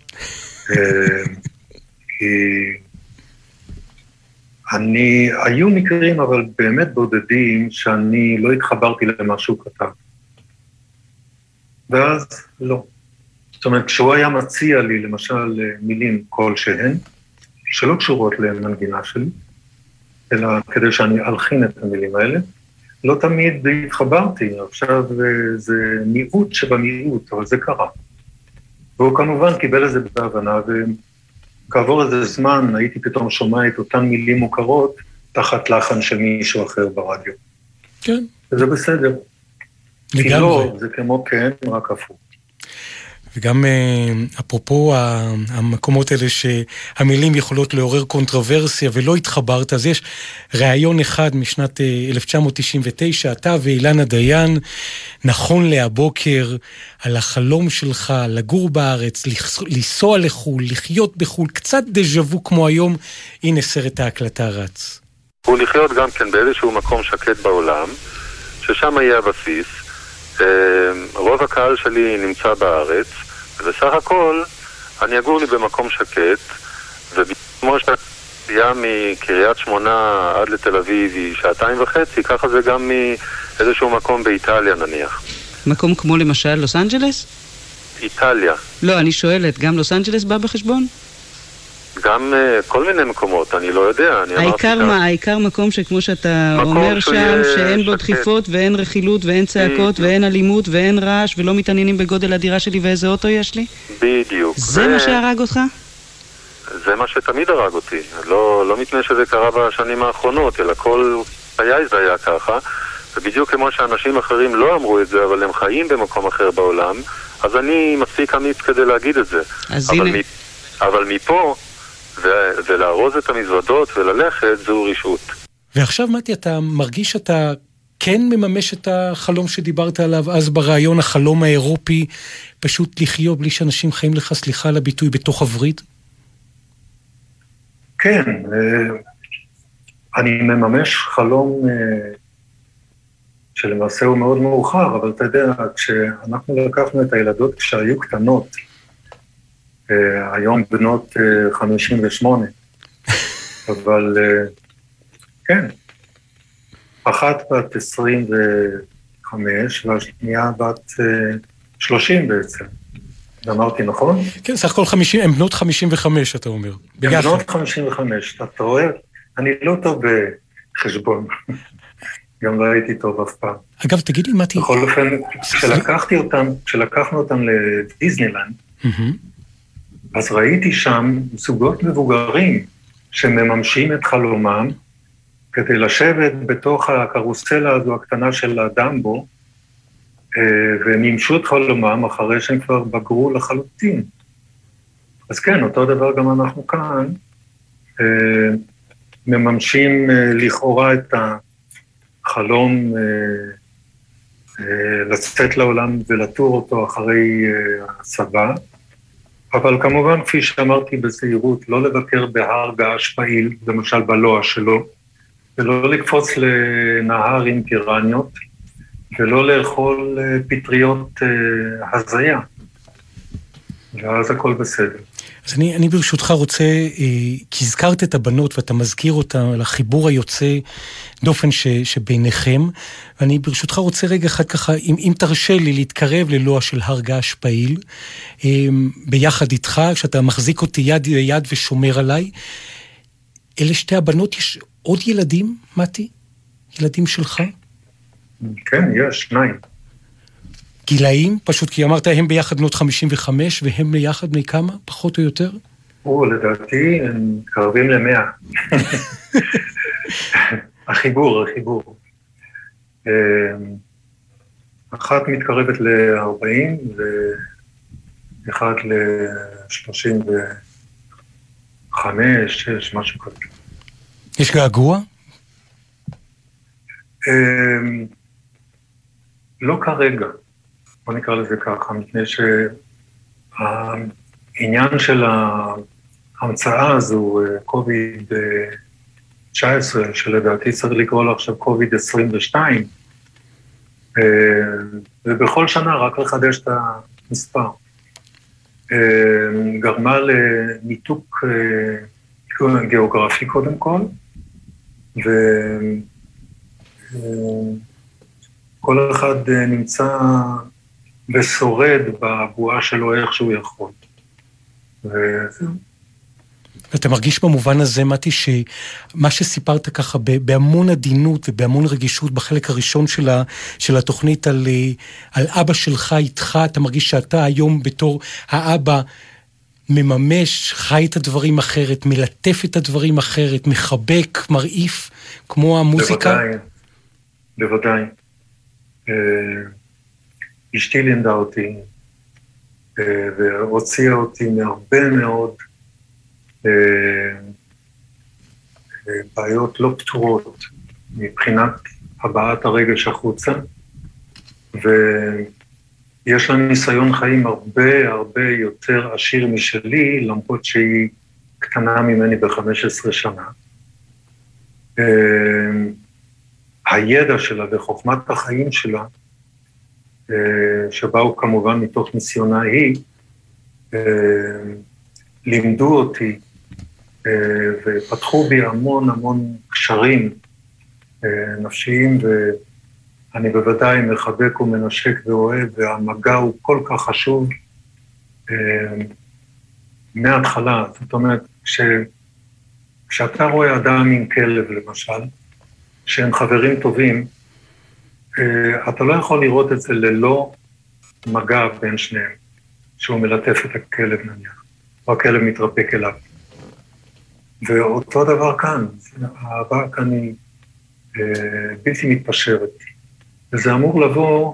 כי היו מקרים, אבל באמת בודדים, שאני לא התחברתי למה שהוא כתב. ואז לא. זאת אומרת, כשהוא היה מציע לי, למשל, מילים כלשהן, שלא קשורות למנגינה שלי, אלא כדי שאני אלחין את המילים האלה, לא תמיד התחברתי. עכשיו זה מיעוט שבמיעוט, אבל זה קרה. והוא כמובן קיבל את זה בהבנה, כעבור איזה זמן הייתי פתאום שומע את אותן מילים מוכרות תחת לחן של מישהו אחר ברדיו. כן. וזה בסדר. לגמרי. כי לא, זה כמו כן, רק הפוך. וגם אפרופו המקומות האלה שהמילים יכולות לעורר קונטרוורסיה ולא התחברת, אז יש ראיון אחד משנת 1999, אתה ואילנה דיין, נכון להבוקר, על החלום שלך לגור בארץ, לנסוע לחול, לחיות בחול, קצת דז'וו כמו היום, הנה סרט ההקלטה רץ. הוא לחיות גם כן באיזשהו מקום שקט בעולם, ששם יהיה הבסיס, רוב הקהל שלי נמצא בארץ, ובסך הכל אני אגור לי במקום שקט, וכמו שהצייה מקריית שמונה עד לתל אביב היא 2.5, ככה זה גם מאיזשהו מקום באיטליה נניח. מקום כמו למשל לוס אנג'לס? איטליה. לא, אני שואלת, גם לוס אנג'לס בא בחשבון? גם כל מיני מקומות, אני לא יודע. העיקר מקום שכמו שאתה אומר שם, שאין בו דחיפות ואין רכילות ואין צעקות ואין אלימות ואין רעש ולא מתעניינים בגודל הדירה שלי ואיזה אוטו יש לי? בדיוק. זה מה שהרג אותך? זה מה שתמיד הרג אותי. לא מפני שזה קרה בשנים האחרונות, אלא כל חיי זה היה ככה. ובדיוק כמו שאנשים אחרים לא אמרו את זה, אבל הם חיים במקום אחר בעולם, אז אני מספיק אמיץ כדי להגיד את זה. אבל מפה, ולארוז את המזוודות וללכת, זו רשעות. ועכשיו, מתי, אתה מרגיש שאתה כן מממש את החלום שדיברת עליו אז ברעיון, החלום האירופי, פשוט לחיות בלי שאנשים חיים לך, סליחה על הביטוי, בתוך הווריד? כן, אני מממש חלום שלמעשה הוא מאוד מאוחר, אבל אתה יודע, כשאנחנו לקחנו את הילדות כשהיו קטנות, היום בנות 58, אבל כן, אחת בת 25 והשנייה בת 30 בעצם. אמרתי נכון? כן, סך הכל 50, הם בנות 55, אתה אומר. הם בנות 55, אתה רואה? אני לא טוב בחשבון. גם לא הייתי טוב אף פעם. אגב, תגיד לי, מתי... בכל אופן, כשלקחנו אותם לדיסנילנד, אז ראיתי שם זוגות מבוגרים שמממשים את חלומם, כדי לשבת בתוך הקרוסלה הזו הקטנה של הדמבו, והם ימשו את חלומם אחרי שהם כבר בגרו לחלוטין. אז כן, אותו דבר גם אנחנו כאן, מממשים לכאורה את החלום לצאת לעולם ולטור אותו אחרי הצבא, אבל כמובן, כפי שאמרתי בזהירות, לא לבקר בהר געש פעיל, למשל בלוע שלו, ולא לקפוץ לנהר עם פירניות, ולא לאכול פטריות הזיה. ואז הכל בסדר. אז אני ברשותך רוצה, כי הזכרת את הבנות ואתה מזכיר אותה לחיבור היוצא דופן שביניכם, ואני ברשותך רוצה רגע אחד ככה, אם תרשה לי להתקרב ללוע של הר געש פעיל, ביחד איתך, כשאתה מחזיק אותי יד ביד ושומר עליי, אלה שתי הבנות, יש עוד ילדים, מתי? ילדים שלך? כן, יש, 2. גילאים? פשוט כי אמרת, הם ביחד בנות 55, והם ביחד מכמה, פחות או יותר? לדעתי, הם קרבים ל100. החיבור. אחת מתקרבת ל40, ואחת ל35, 6, משהו כזה. יש געגוע? לא כרגע. בוא נקרא לזה ככה, מפני שהעניין של ההמצאה הזו, COVID-19, שלדעתי צריך לקרוא לה עכשיו COVID-22, ובכל שנה רק לחדש את המספר, גרמה לניתוק גיאוגרפי קודם כל, וכל אחד נמצא ושורד בבועה שלו איך שהוא יכול. וזהו. ואתה מרגיש במובן הזה, מתי, שמה שסיפרת ככה בהמון עדינות ובהמון רגישות בחלק הראשון של התוכנית על אבא שלך איתך, אתה מרגיש שאתה היום בתור האבא מממש, חי את הדברים אחרת, מלטף את הדברים אחרת, מחבק, מרעיף, כמו המוזיקה? בוודאי. אשתי לימדה אותי, והוציאה אותי מהרבה מאוד בעיות לא פתורות מבחינת הבעת הרגש החוצה, ויש לה ניסיון חיים הרבה יותר עשיר משלי, למרות שהיא קטנה ממני ב-15 שנה. הידע שלה וחוכמת החיים שלה, שבאו כמובן מתוך ניסיונה היא, לימדו אותי ופתחו בי המון קשרים נפשיים, ואני בוודאי מחבק ומנשק ואוהב, והמגע הוא כל כך חשוב מההתחלה. זאת אומרת, כשאתה רואה אדם עם כלב, למשל, שהם חברים טובים, אתה לא יכול לראות את זה ללא מגע בין שניהם, שהוא מלטף את הכלב נניח, או הכלב מתרפק אליו. ואותו דבר כאן, האהבה כאן היא בלתי מתפשרת, וזה אמור לבוא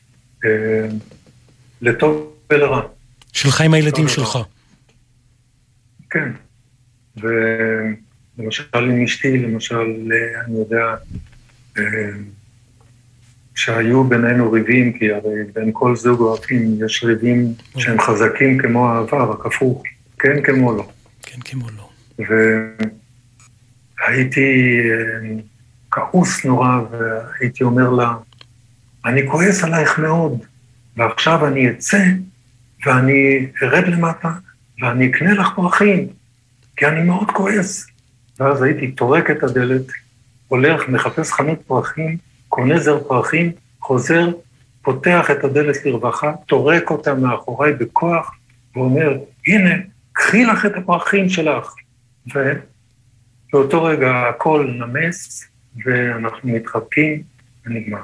לטוב ולרע. שלך עם הילדים שלך. כן, ולמשל עם אשתי, למשל, אני יודע, שהיו בינינו ריבים, כי הרי בין כל זוג אוהבים יש ריבים שהם חזקים כמו אהבה, רק הפוך, כן כמו לא. כן כמו לא. והייתי כעוס נורא, והייתי אומר לה, אני כועס עלייך מאוד, ועכשיו אני אצא, ואני ארד למטה, ואני אקנה לך פרחים, כי אני מאוד כועס. ואז הייתי טורק את הדלת, הולך, מחפש חנות פרחים, קונה זר פרחים, חוזר, פותח את הדלת לרווחה, טורק אותה מאחוריי בכוח, ואומר, הנה, קחי לך את הפרחים שלך. ובאותו רגע הכל נמס, ואנחנו מתחבקים, ונגמר.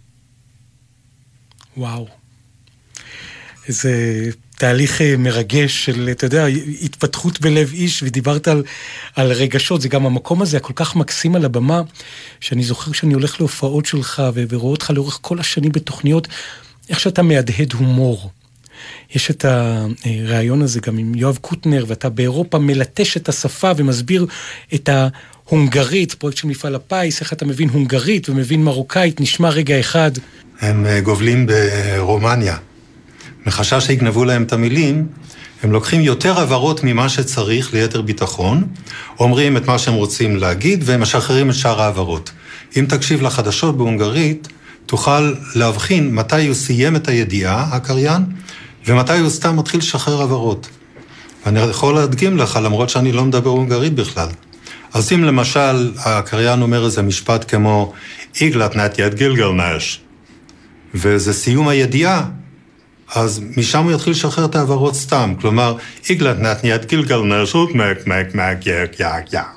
וואו. איזה תהליך מרגש של, אתה יודע, התפתחות בלב איש, ודיברת על רגשות, זה גם המקום הזה, הכל כך מקסים על הבמה, שאני זוכר שאני הולך להופעות שלך, ורואה אותך לאורך כל השנים בתוכניות, איך שאתה מהדהד הומור. יש את הרעיון הזה גם עם יואב קוטנר, ואתה באירופה מלטש את השפה, ומסביר את ההונגרית, פרויקט של מפעל הפיס, איך אתה מבין הונגרית ומבין מרוקאית, נשמע רגע אחד. הם גובלים ברומניה. מחשש שיגנבו להם את המילים, הם לוקחים יותר עברות ממה שצריך ליתר ביטחון, אומרים את מה שהם רוצים להגיד, והם משחררים את שאר העברות. אם תקשיב לחדשות בהונגרית, תוכל להבחין מתי הוא סיים את הידיעה, הקריין, ומתי הוא סתם מתחיל לשחרר עברות. ואני יכול להדגים לך, למרות שאני לא מדבר הונגרית בכלל. אז אם למשל הקריין אומר איזה משפט כמו, איגלת נתיית גילגלנש, וזה סיום הידיעה, אז משם הוא יתחיל לשחרר את העברות סתם. כלומר, איגלת נתניית גילגלנש, מק, יק.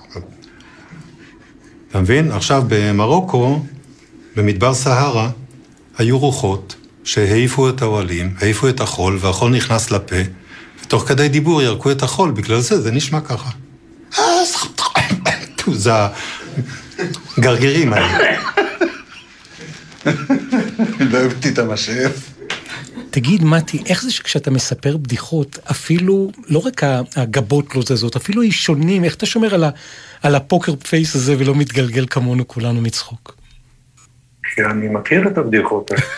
אתה מבין? עכשיו במרוקו, במדבר סהרה, היו רוחות שהעיפו את האוהלים, העיפו את החול, והחול נכנס לפה, ותוך כדי דיבור ירקו את החול, בגלל זה נשמע ככה. זה הגרגירים האלה. לא אהבתי את המשאב. תגיד, מתי, איך זה שכשאתה מספר בדיחות, אפילו, לא רק הגבות לא זזות, אפילו אישונים, איך אתה שומר על הפוקר פייס הזה ולא מתגלגל כמונו כולנו מצחוק? כי אני מכיר את הבדיחות האלה.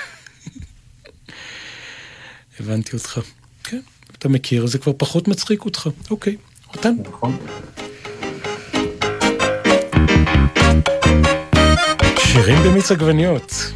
הבנתי אותך. כן, אתה מכיר, זה כבר פחות מצחיק אותך. אוקיי, אותן. נכון. שירים במיץ עגבניות.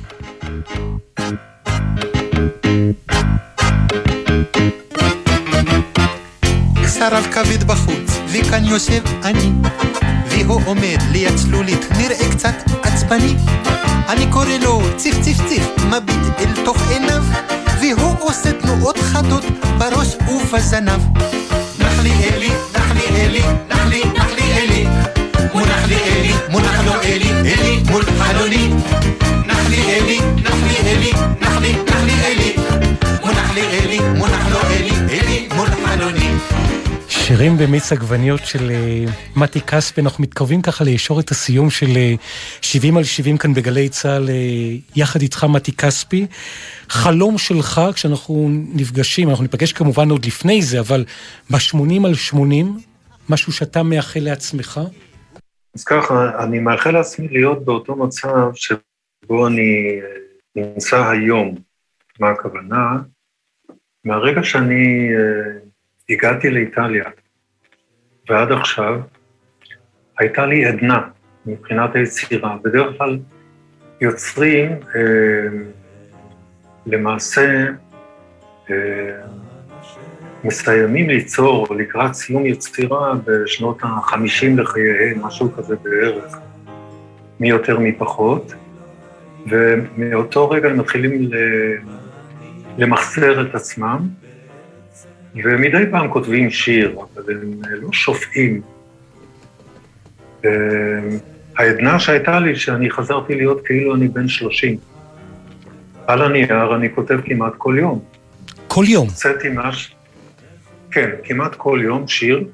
שרב כבד בחוץ, וכאן יושב אני, והוא עומד ליד צלולית, נראה קצת עצבני. אני קורא לו ציף ציף ציף, מביט אל תוך עיניו, והוא עושה תנועות חדות בראש ובזנב. נחלי אלי, נחלי אלי, נחלי, נחלי אלי, מונח לי אלי, מונח לו אלי, אלי מול חלוני. נחלי אלי, נחלי אלי, נחלי, נחלי אלי, מונח לי אלי, מונח לו אלי, אלי מול חלוני. שירים במיץ עגבניות של מתי כספי, אנחנו מתקרבים ככה לישור את הסיום של 70 על 70 כאן בגלי צהל, יחד איתך מתי כספי. חלום שלך כשאנחנו נפגשים, אנחנו ניפגש כמובן עוד לפני זה, אבל ב-80 על 80, משהו שאתה מאחל לעצמך? אז ככה, אני מאחל לעצמי להיות באותו מצב שבו אני נמצא היום. מה הכוונה? מהרגע שאני הגעתי לאיטליה, ועד עכשיו, הייתה לי עדנה מבחינת היצירה. בדרך כלל יוצרים למעשה מסיימים ליצור לקראת סיום יצירה בשנות ה-50 לחייהם, משהו כזה בערך, מי יותר מי פחות, ומאותו רגע הם מתחילים למחזר את עצמם, ומדי פעם כותבים שיר, אבל הם לא שופעים. העדנה שהייתה לי, שאני חזרתי להיות כאילו אני בן 30. על הנייר אני כותב כמעט כל יום. כל יום? הוצאתי כן, כמעט כל יום שיר,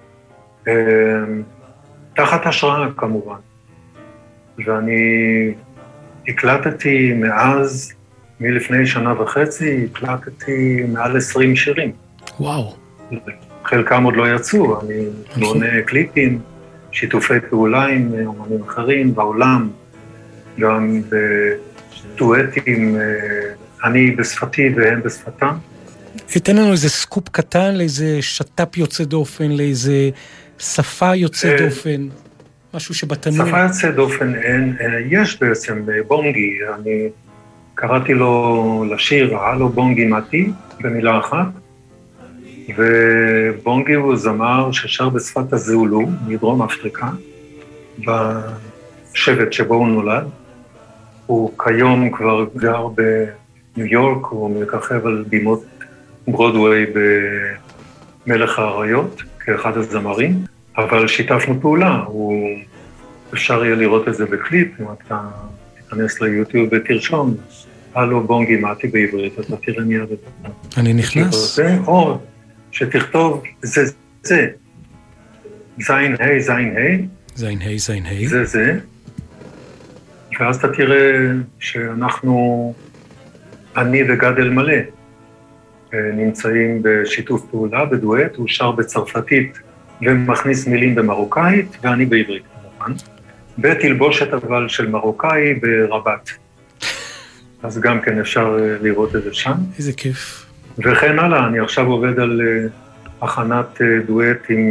תחת השראה כמובן. ואני הקלטתי מאז, מלפני 1.5 שנה, הקלטתי מעל 20 שירים. וואו. חלקם עוד לא יצאו, אני בונה קליפים, שיתופי פעולה עם אומנים אחרים בעולם, גם בדואטים, אני בשפתי והם בשפתם. תן לנו איזה סקופ קטן, לאיזה שטאפ יוצא דופן, לאיזה שפה יוצא דופן, משהו שבתנור. שפה יוצא דופן יש בעצם בונגי, אני קראתי לו לשיר, הלו בונגי מתי, במילה אחת, ובונגי הוא זמר ששר בשפת הזולו, מדרום אפריקה, בשבט שבו הוא נולד. הוא כיום כבר גר בניו יורק, הוא מככב על בימות ברודווי במלך האריות, כאחד הזמרים, אבל שיתפנו פעולה, אפשר יהיה לראות את זה בקליפ, אם אתה תיכנס ליוטיוב ותרשום, הלו בונגי מתי בעברית, אתה תראה מיד את זה. אני נכנס. או שתכתוב זה, זין היי, זין היי. זין היי, זין היי. זה. ואז אתה תראה שאנחנו, אני וגד אלמלא, נמצאים בשיתוף פעולה, בדואט, הוא שר בצרפתית ומכניס מילים במרוקאית, ואני בעברית כמובן. בתלבושת אבל של מרוקאי ברבת. אז גם כן אפשר לראות את זה שם. איזה כיף. וכן הלאה, אני עכשיו עובד על הכנת דואט עם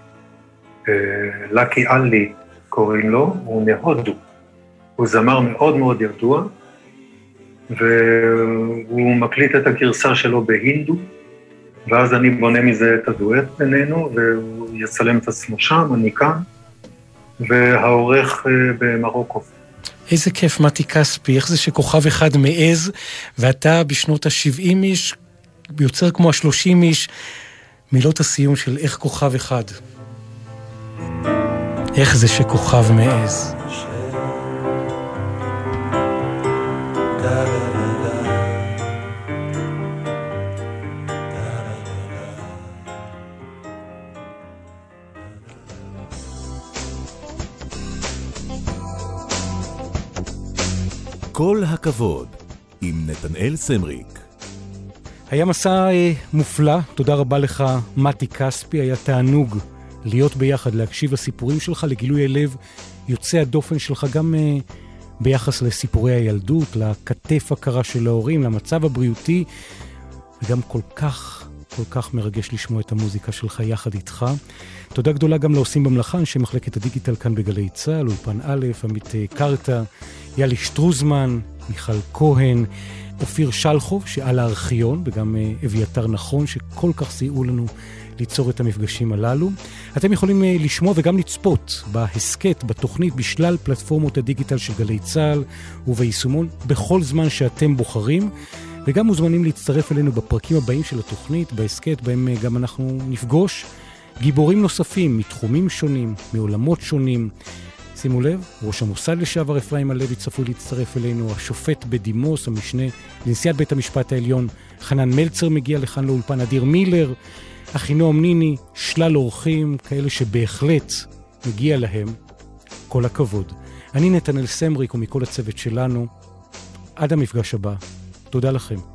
לקי אלי, קוראים לו, הוא מהודו. הוא זמר מאוד מאוד ידוע, והוא מקליט את הגרסה שלו בהינדו, ואז אני בונה מזה את הדואט בינינו, והוא יצלם את עצמו שם, אני כאן, והעורך במרוקו. איזה כיף, מתי כספי, איך זה שכוכב אחד מעז, ואתה בשנות ה-70 איש, יוצר כמו ה-30 איש, מילות הסיום של איך כוכב אחד. איך זה שכוכב מעז. כל הכבוד, עם נתנאל סמריק. היה מסע מופלא, תודה רבה לך מתי כספי, היה תענוג להיות ביחד, להקשיב לסיפורים שלך, לגילוי הלב יוצא הדופן שלך, גם ביחס לסיפורי הילדות, לכתף הקרה של ההורים, למצב הבריאותי, וגם כל כך מרגש לשמוע את המוזיקה שלך יחד איתך. תודה גדולה גם לעושים במלאכה, אנשי מחלקת הדיגיטל כאן בגלי צהל, אולפן א', עמית קרטה, יאלי שטרוזמן, מיכל כהן, אופיר שלחוב שעל הארכיון, וגם אביתר נכון, שכל כך סייעו לנו ליצור את המפגשים הללו. אתם יכולים לשמוע וגם לצפות בהסקט, בתוכנית, בשלל פלטפורמות הדיגיטל של גלי צהל וביישומון, בכל זמן שאתם בוחרים, וגם מוזמנים להצטרף אלינו בפרקים הבאים של התוכנית, בהסקט, בהם גם אנחנו נפגוש גיבורים נוספים מתחומים שונים, מעולמות שונים. שימו לב, ראש המוסד לשעבר אפרים הלוי צפוי להצטרף אלינו, השופט בדימוס, המשנה לנשיאת בית המשפט העליון חנן מלצר מגיע לכאן לאולפן, אדיר מילר, אחינועם ניני, שלל אורחים, כאלה שבהחלט מגיע להם כל הכבוד. אני נתנאל סמריק ומכל הצוות שלנו, עד המפגש הבא, תודה לכם.